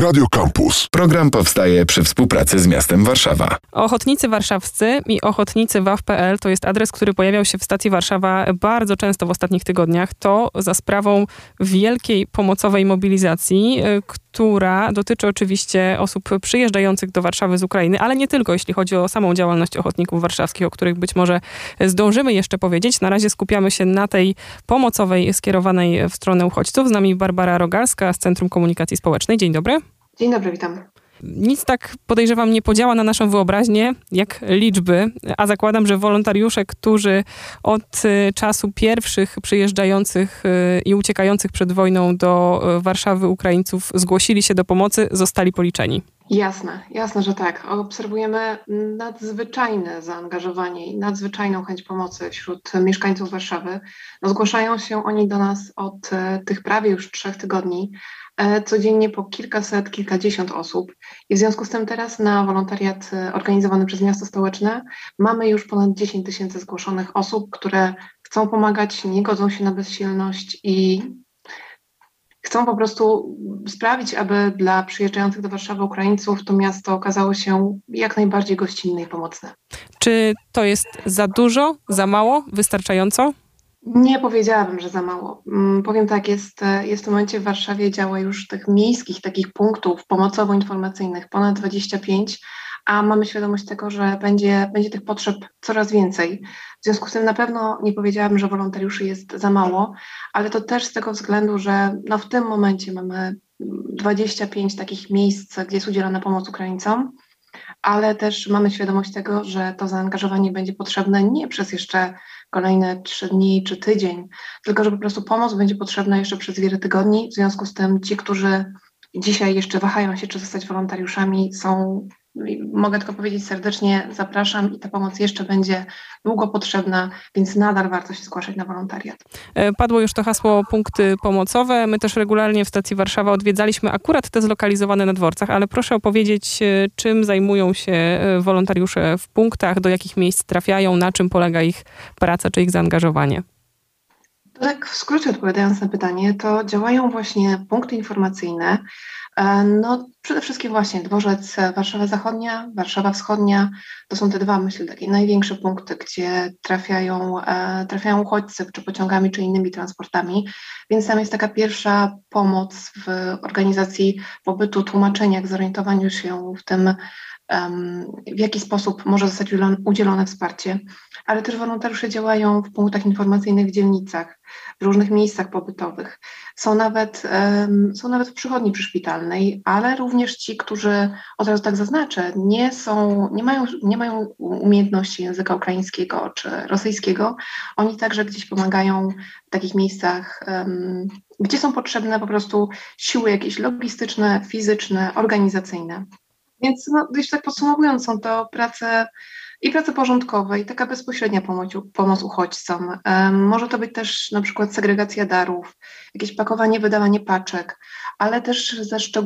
Radio Campus. Program powstaje przy współpracy z miastem Warszawa. Ochotnicy Warszawscy i ochotnicy WAW.pl to jest adres, który pojawiał się w stacji Warszawa bardzo często w ostatnich tygodniach. To za sprawą wielkiej pomocowej mobilizacji, która dotyczy oczywiście osób przyjeżdżających do Warszawy z Ukrainy, ale nie tylko, jeśli chodzi o samą działalność ochotników warszawskich, o których być może zdążymy jeszcze powiedzieć. Na razie skupiamy się na tej pomocowej skierowanej w stronę uchodźców. Z nami Barbara Rogalska z Centrum Komunikacji Społecznej. Dzień dobry. Dzień dobry, witam. Nic tak, podejrzewam, nie podziała na naszą wyobraźnię jak liczby, a zakładam, że wolontariusze, którzy od czasu pierwszych przyjeżdżających i uciekających przed wojną do Warszawy Ukraińców zgłosili się do pomocy, zostali policzeni. Jasne, że tak. Obserwujemy nadzwyczajne zaangażowanie i nadzwyczajną chęć pomocy wśród mieszkańców Warszawy. Zgłaszają się oni do nas od tych prawie już 3 tygodni, codziennie po kilkaset, kilkadziesiąt osób. I w związku z tym teraz na wolontariat organizowany przez miasto stołeczne mamy już ponad 10 000 zgłoszonych osób, które chcą pomagać, nie godzą się na bezsilność i chcą po prostu sprawić, aby dla przyjeżdżających do Warszawy Ukraińców to miasto okazało się jak najbardziej gościnne i pomocne. Czy to jest za dużo, za mało, wystarczająco? Nie powiedziałabym, że za mało. Powiem tak, jest w tym momencie w Warszawie działa już tych miejskich takich punktów pomocowo-informacyjnych ponad 25, a mamy świadomość tego, że będzie tych potrzeb coraz więcej. W związku z tym na pewno nie powiedziałabym, że wolontariuszy jest za mało, ale to też z tego względu, że w tym momencie mamy 25 takich miejsc, gdzie jest udzielana pomoc Ukraińcom, ale też mamy świadomość tego, że to zaangażowanie będzie potrzebne nie przez jeszcze kolejne 3 dni czy tydzień, tylko że po prostu pomoc będzie potrzebna jeszcze przez wiele tygodni. W związku z tym ci, którzy dzisiaj jeszcze wahają się, czy zostać wolontariuszami, mogę tylko powiedzieć serdecznie zapraszam i ta pomoc jeszcze będzie długo potrzebna, więc nadal warto się zgłaszać na wolontariat. Padło już to hasło punkty pomocowe. My też regularnie w stacji Warszawa odwiedzaliśmy akurat te zlokalizowane na dworcach, ale proszę opowiedzieć, czym zajmują się wolontariusze w punktach, do jakich miejsc trafiają, na czym polega ich praca czy ich zaangażowanie. Tak, w skrócie odpowiadając na pytanie, to działają właśnie punkty informacyjne. Przede wszystkim właśnie dworzec Warszawa Zachodnia, Warszawa Wschodnia. To są te dwa, myślę, takie największe punkty, gdzie trafiają uchodźcy, czy pociągami, czy innymi transportami. Więc tam jest taka pierwsza pomoc w organizacji pobytu, tłumaczeniach, zorientowaniu się w tym, w jaki sposób może zostać udzielone wsparcie, ale też wolontariusze działają w punktach informacyjnych w dzielnicach, w różnych miejscach pobytowych. Są nawet w przychodni przyszpitalnej, ale również ci, którzy, od razu tak zaznaczę, nie mają umiejętności języka ukraińskiego czy rosyjskiego. Oni także gdzieś pomagają w takich miejscach, gdzie są potrzebne po prostu siły jakieś logistyczne, fizyczne, organizacyjne. Więc jeśli tak podsumowując, są to prace porządkowe i taka bezpośrednia pomoc uchodźcom. Może to być też na przykład segregacja darów, jakieś pakowanie, wydawanie paczek, ale też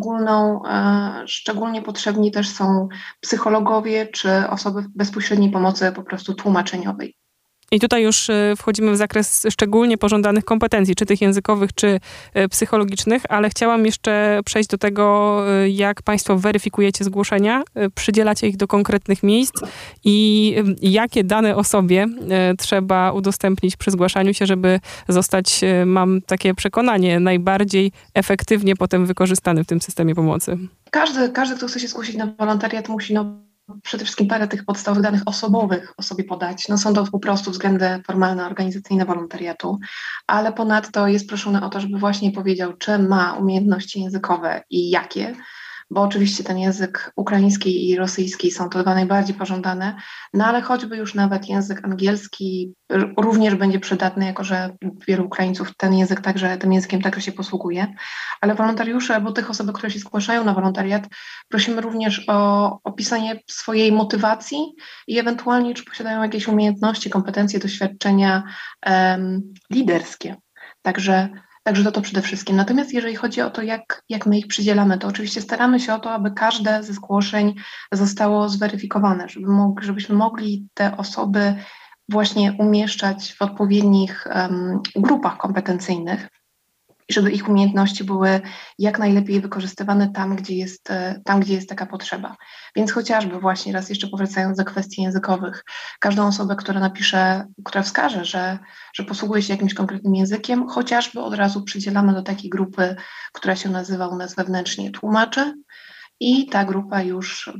szczególnie potrzebni też są psychologowie czy osoby w bezpośredniej pomocy po prostu tłumaczeniowej. I tutaj już wchodzimy w zakres szczególnie pożądanych kompetencji, czy tych językowych, czy psychologicznych, ale chciałam jeszcze przejść do tego, jak Państwo weryfikujecie zgłoszenia, przydzielacie ich do konkretnych miejsc i jakie dane o sobie trzeba udostępnić przy zgłaszaniu się, żeby zostać, mam takie przekonanie, najbardziej efektywnie potem wykorzystany w tym systemie pomocy. Każdy, kto chce się zgłosić na wolontariat, musi przede wszystkim parę tych podstawowych danych osobowych o sobie podać. Są to po prostu względy formalne, organizacyjne wolontariatu, ale ponadto jest proszony o to, żeby właśnie powiedział, czy ma umiejętności językowe i jakie, bo oczywiście ten język ukraiński i rosyjski są to dwa najbardziej pożądane, ale choćby już nawet język angielski również będzie przydatny, jako że wielu Ukraińców tym językiem także się posługuje. Ale wolontariusze albo tych osób, które się zgłaszają na wolontariat, prosimy również o opisanie swojej motywacji i ewentualnie, czy posiadają jakieś umiejętności, kompetencje, doświadczenia liderskie. Także to przede wszystkim. Natomiast jeżeli chodzi o to, jak my ich przydzielamy, to oczywiście staramy się o to, aby każde ze zgłoszeń zostało zweryfikowane, żebyśmy mogli te osoby właśnie umieszczać w odpowiednich grupach kompetencyjnych. i żeby ich umiejętności były jak najlepiej wykorzystywane tam, gdzie jest taka potrzeba. Więc chociażby właśnie, raz jeszcze powracając do kwestii językowych, każdą osobę, która napisze, która wskaże, że posługuje się jakimś konkretnym językiem, chociażby od razu przydzielamy do takiej grupy, która się nazywa u nas wewnętrznie tłumacze, i ta grupa już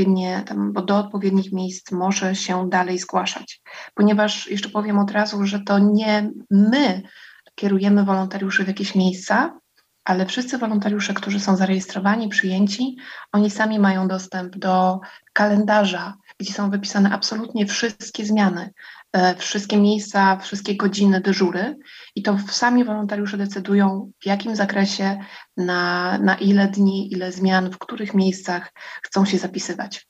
do odpowiednich miejsc może się dalej zgłaszać. Ponieważ jeszcze powiem od razu, że to nie my kierujemy wolontariuszy w jakieś miejsca, ale wszyscy wolontariusze, którzy są zarejestrowani, przyjęci, oni sami mają dostęp do kalendarza, gdzie są wypisane absolutnie wszystkie zmiany, wszystkie miejsca, wszystkie godziny, dyżury, i to sami wolontariusze decydują, w jakim zakresie, na ile dni, ile zmian, w których miejscach chcą się zapisywać.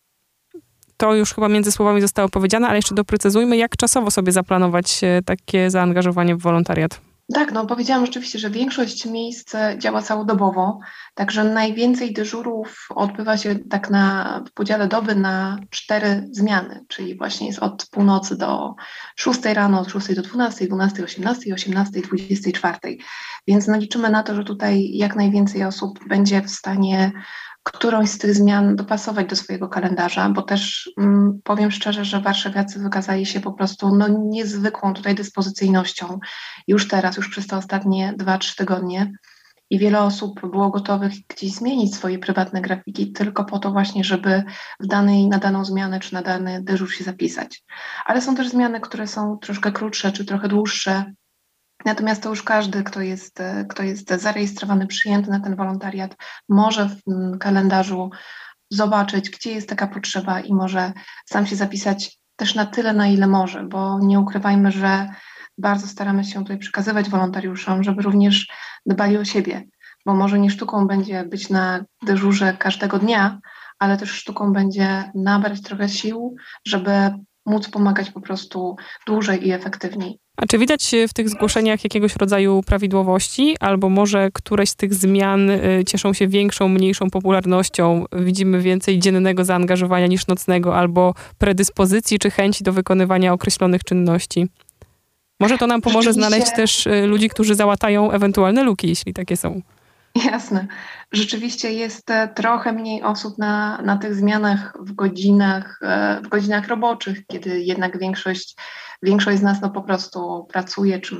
To już chyba między słowami zostało powiedziane, ale jeszcze doprecyzujmy, jak czasowo sobie zaplanować takie zaangażowanie w wolontariat. Tak, powiedziałam rzeczywiście, że większość miejsc działa całodobowo, także najwięcej dyżurów odbywa się tak w podziale doby na 4 zmiany, czyli właśnie jest od północy do 6 rano, od 6 do 12, 12, 18, 18, 24. Więc liczymy na to, że tutaj jak najwięcej osób będzie w stanie którąś z tych zmian dopasować do swojego kalendarza, bo też powiem szczerze, że warszawiacy wykazali się po prostu niezwykłą tutaj dyspozycyjnością już teraz, już przez te ostatnie 2-3 tygodnie, i wiele osób było gotowych gdzieś zmienić swoje prywatne grafiki tylko po to właśnie, żeby na daną zmianę czy na dany dyżur się zapisać. Ale są też zmiany, które są troszkę krótsze czy trochę dłuższe. Natomiast to już każdy, kto jest zarejestrowany, przyjęty na ten wolontariat, może w kalendarzu zobaczyć, gdzie jest taka potrzeba i może sam się zapisać też na tyle, na ile może, bo nie ukrywajmy, że bardzo staramy się tutaj przekazywać wolontariuszom, żeby również dbali o siebie, bo może nie sztuką będzie być na dyżurze każdego dnia, ale też sztuką będzie nabrać trochę sił, żeby móc pomagać po prostu dłużej i efektywniej. A czy widać w tych zgłoszeniach jakiegoś rodzaju prawidłowości, albo może któreś z tych zmian cieszą się większą, mniejszą popularnością? Widzimy więcej dziennego zaangażowania niż nocnego, albo predyspozycji czy chęci do wykonywania określonych czynności? Może to nam pomoże znaleźć też ludzi, którzy załatają ewentualne luki, jeśli takie są. Jasne. Rzeczywiście jest trochę mniej osób na tych zmianach w godzinach roboczych, kiedy jednak większość z nas po prostu pracuje, czy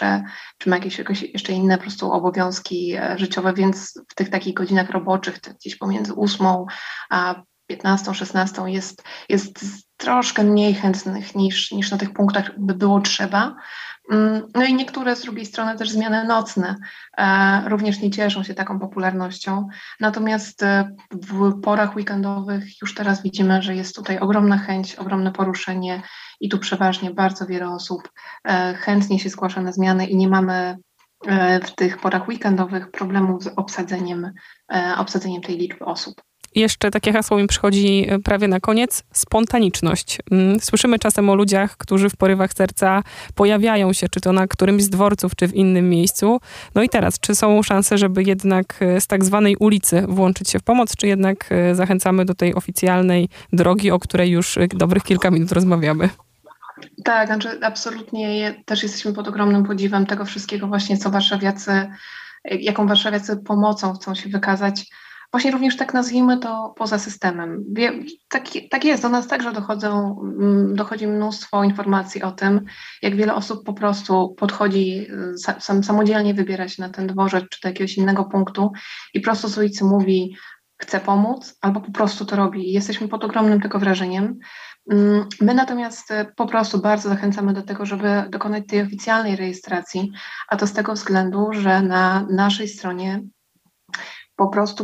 ma jakieś jeszcze inne po prostu obowiązki życiowe, więc w tych takich godzinach roboczych, gdzieś pomiędzy 8 a 15, 16 jest troszkę mniej chętnych niż na tych punktach by było trzeba. No i niektóre z drugiej strony też zmiany nocne również nie cieszą się taką popularnością. Natomiast w porach weekendowych już teraz widzimy, że jest tutaj ogromna chęć, ogromne poruszenie i tu przeważnie bardzo wiele osób chętnie się zgłasza na zmiany i nie mamy w tych porach weekendowych problemów z obsadzeniem tej liczby osób. Jeszcze takie hasło mi przychodzi prawie na koniec. Spontaniczność. Słyszymy czasem o ludziach, którzy w porywach serca pojawiają się, czy to na którymś z dworców, czy w innym miejscu. No i teraz, czy są szanse, żeby jednak z tak zwanej ulicy włączyć się w pomoc, czy jednak zachęcamy do tej oficjalnej drogi, o której już dobrych kilka minut rozmawiamy? Tak, znaczy absolutnie też jesteśmy pod ogromnym podziwem tego wszystkiego właśnie, jaką warszawiacy pomocą chcą się wykazać. Właśnie również tak nazwijmy to poza systemem. Tak jest, do nas także dochodzi mnóstwo informacji o tym, jak wiele osób po prostu podchodzi, samodzielnie wybiera się na ten dworzec czy do jakiegoś innego punktu i prosto z ulicy mówi, chce pomóc, albo po prostu to robi. I jesteśmy pod ogromnym tego wrażeniem. My natomiast po prostu bardzo zachęcamy do tego, żeby dokonać tej oficjalnej rejestracji, a to z tego względu, że na naszej stronie po prostu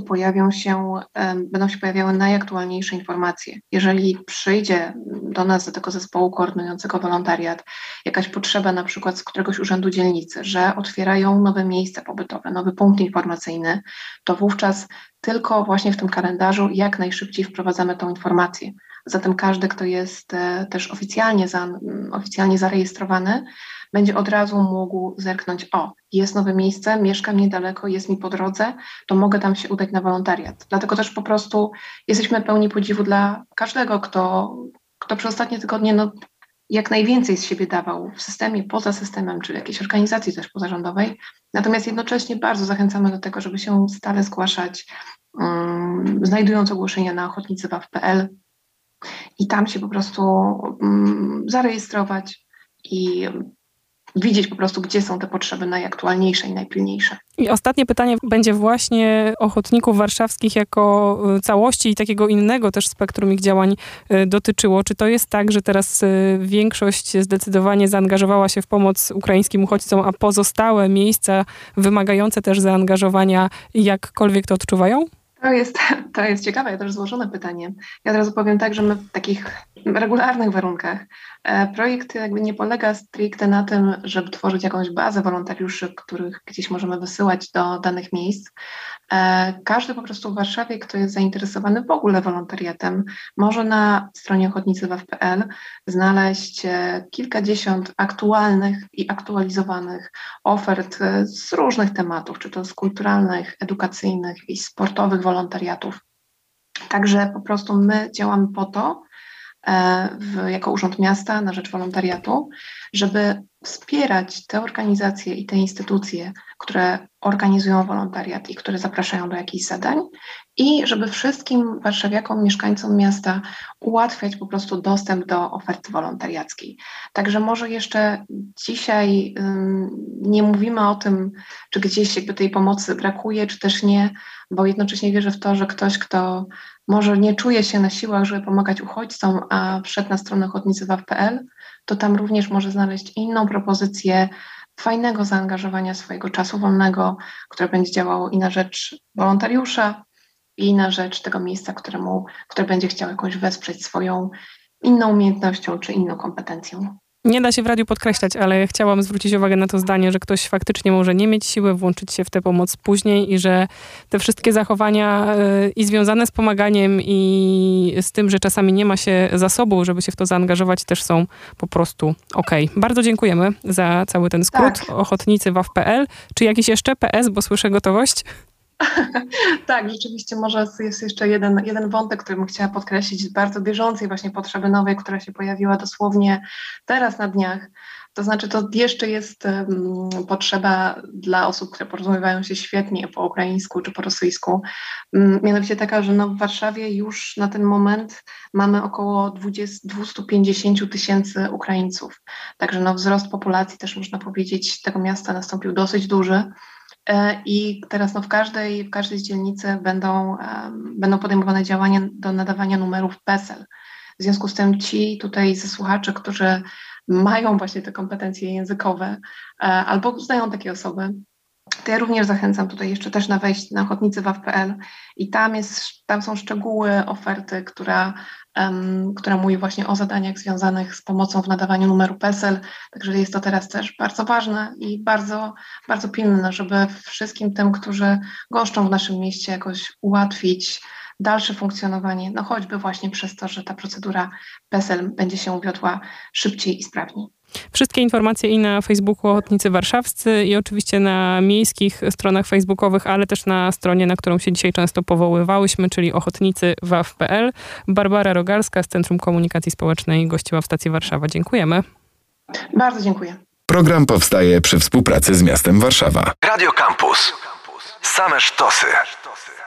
będą się pojawiały najaktualniejsze informacje. Jeżeli przyjdzie do nas, do tego zespołu koordynującego wolontariat, jakaś potrzeba na przykład z któregoś urzędu dzielnicy, że otwierają nowe miejsca pobytowe, nowy punkt informacyjny, to wówczas tylko właśnie w tym kalendarzu jak najszybciej wprowadzamy tą informację. Zatem każdy, kto jest też oficjalnie zarejestrowany, będzie od razu mógł zerknąć, jest nowe miejsce, mieszkam niedaleko, jest mi po drodze, to mogę tam się udać na wolontariat. Dlatego też po prostu jesteśmy pełni podziwu dla każdego, kto przez ostatnie tygodnie jak najwięcej z siebie dawał w systemie, poza systemem, czy jakiejś organizacji też pozarządowej. Natomiast jednocześnie bardzo zachęcamy do tego, żeby się stale zgłaszać, znajdując ogłoszenia na ochotnicywaw.pl i tam się po prostu zarejestrować i widzieć po prostu, gdzie są te potrzeby najaktualniejsze i najpilniejsze. I ostatnie pytanie będzie właśnie ochotników warszawskich jako całości i takiego innego też spektrum ich działań dotyczyło. Czy to jest tak, że teraz większość zdecydowanie zaangażowała się w pomoc ukraińskim uchodźcom, a pozostałe miejsca wymagające też zaangażowania jakkolwiek to odczuwają? To jest ciekawe, też złożone pytanie. Ja od razu powiem tak, że my w takich regularnych warunkach projekt jakby nie polega stricte na tym, żeby tworzyć jakąś bazę wolontariuszy, których gdzieś możemy wysyłać do danych miejsc. Każdy po prostu w Warszawie, kto jest zainteresowany w ogóle wolontariatem, może na stronie ochotnicywaw.pl znaleźć kilkadziesiąt aktualnych i aktualizowanych ofert z różnych tematów, czy to z kulturalnych, edukacyjnych i sportowych wolontariatów. Także po prostu my działamy po to, jako Urząd Miasta na rzecz wolontariatu, żeby wspierać te organizacje i te instytucje, które organizują wolontariat i które zapraszają do jakichś zadań i żeby wszystkim warszawiakom, mieszkańcom miasta ułatwiać po prostu dostęp do oferty wolontariackiej. Także może jeszcze dzisiaj nie mówimy o tym, czy gdzieś jakby tej pomocy brakuje, czy też nie, bo jednocześnie wierzę w to, że ktoś, kto może nie czuje się na siłach, żeby pomagać uchodźcom, a wszedł na stronę ochotnicywaw.pl, to tam również może znaleźć inną propozycję fajnego zaangażowania swojego czasu wolnego, które będzie działało i na rzecz wolontariusza, i na rzecz tego miejsca, które będzie chciał jakoś wesprzeć swoją inną umiejętnością czy inną kompetencją. Nie da się w radiu podkreślać, ale chciałam zwrócić uwagę na to zdanie, że ktoś faktycznie może nie mieć siły włączyć się w tę pomoc później i że te wszystkie zachowania i związane z pomaganiem i z tym, że czasami nie ma się zasobu, żeby się w to zaangażować, też są po prostu okej. Bardzo dziękujemy za cały ten skrót. Tak. Ochotnicywaw.pl. Czy jakiś jeszcze PS, bo słyszę gotowość? Tak, rzeczywiście może jest jeszcze jeden wątek, który bym chciała podkreślić, z bardzo bieżącej właśnie potrzeby nowej, która się pojawiła dosłownie teraz na dniach. To znaczy to jeszcze jest potrzeba dla osób, które porozumiewają się świetnie po ukraińsku czy po rosyjsku. Mianowicie taka, że w Warszawie już na ten moment mamy około 250 tysięcy Ukraińców. Także wzrost populacji też można powiedzieć tego miasta nastąpił dosyć duży. I teraz w każdej z dzielnicy będą podejmowane działania do nadawania numerów PESEL. W związku z tym ci tutaj ze słuchaczy, którzy mają właśnie te kompetencje językowe albo znają takie osoby, to ja również zachęcam tutaj jeszcze też na wejść na ochotnicywaw.pl i tam są szczegóły oferty, która mówi właśnie o zadaniach związanych z pomocą w nadawaniu numeru PESEL. Także jest to teraz też bardzo ważne i bardzo, bardzo pilne, żeby wszystkim tym, którzy goszczą w naszym mieście, jakoś ułatwić dalsze funkcjonowanie, choćby właśnie przez to, że ta procedura PESEL będzie się wiodła szybciej i sprawniej. Wszystkie informacje i na Facebooku Ochotnicy Warszawscy i oczywiście na miejskich stronach facebookowych, ale też na stronie, na którą się dzisiaj często powoływałyśmy, czyli ochotnicywaw.pl. Barbara Rogalska z Centrum Komunikacji Społecznej gościła w stacji Warszawa. Dziękujemy. Bardzo dziękuję. Program powstaje przy współpracy z miastem Warszawa. Radio Campus. Same sztosy.